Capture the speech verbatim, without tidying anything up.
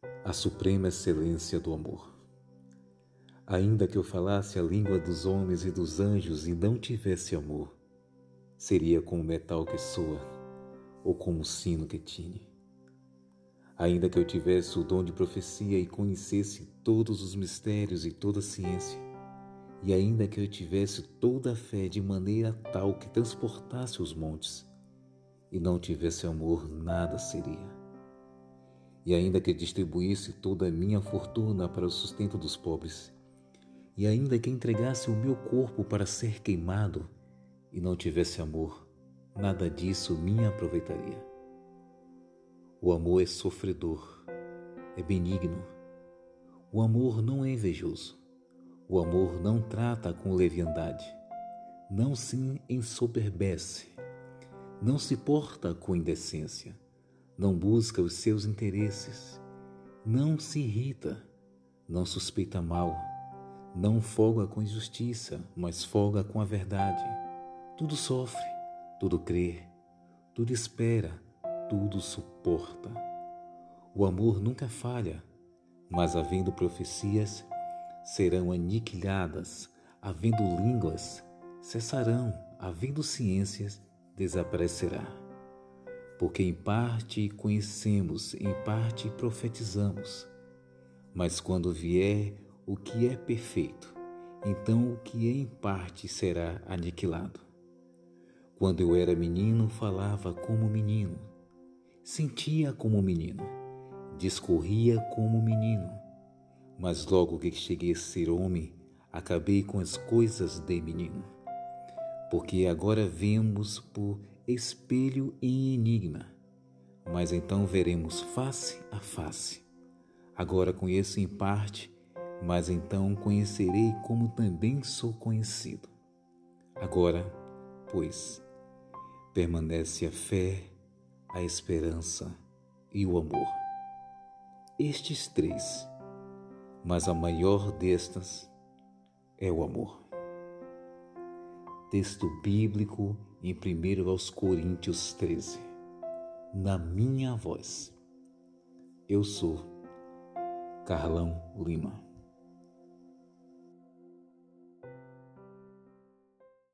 a suprema excelência do amor. Ainda que eu falasse a língua dos homens e dos anjos e não tivesse amor, seria como metal que soa ou como sino que tine. Ainda que eu tivesse o dom de profecia e conhecesse todos os mistérios e toda a ciência, e ainda que eu tivesse toda a fé de maneira tal que transportasse os montes, e não tivesse amor, nada seria. E ainda que distribuísse toda a minha fortuna para o sustento dos pobres, e ainda que entregasse o meu corpo para ser queimado, e não tivesse amor, nada disso me aproveitaria. O amor é sofredor, é benigno. O amor não é invejoso. O amor não trata com leviandade, não se ensoberbece, não se porta com indecência, não busca os seus interesses, não se irrita, não suspeita mal, não folga com injustiça, mas folga com a verdade. Tudo sofre, tudo crê, tudo espera, tudo suporta. O amor nunca falha, mas havendo profecias, serão aniquiladas, havendo línguas, cessarão, havendo ciências, desaparecerá. Porque em parte conhecemos, em parte profetizamos. Mas quando vier o que é perfeito, então o que é em parte será aniquilado. Quando eu era menino, falava como menino, sentia como menino, discorria como menino. Mas logo que cheguei a ser homem, acabei com as coisas de menino. Porque agora vemos por espelho em enigma, mas então veremos face a face. Agora conheço em parte, mas então conhecerei como também sou conhecido. Agora, pois, permanece a fé, a esperança e o amor. Estes três, mas a maior destas é o amor. Texto bíblico em primeiro aos Coríntios treze. Na minha voz. Eu sou Carlão Lima.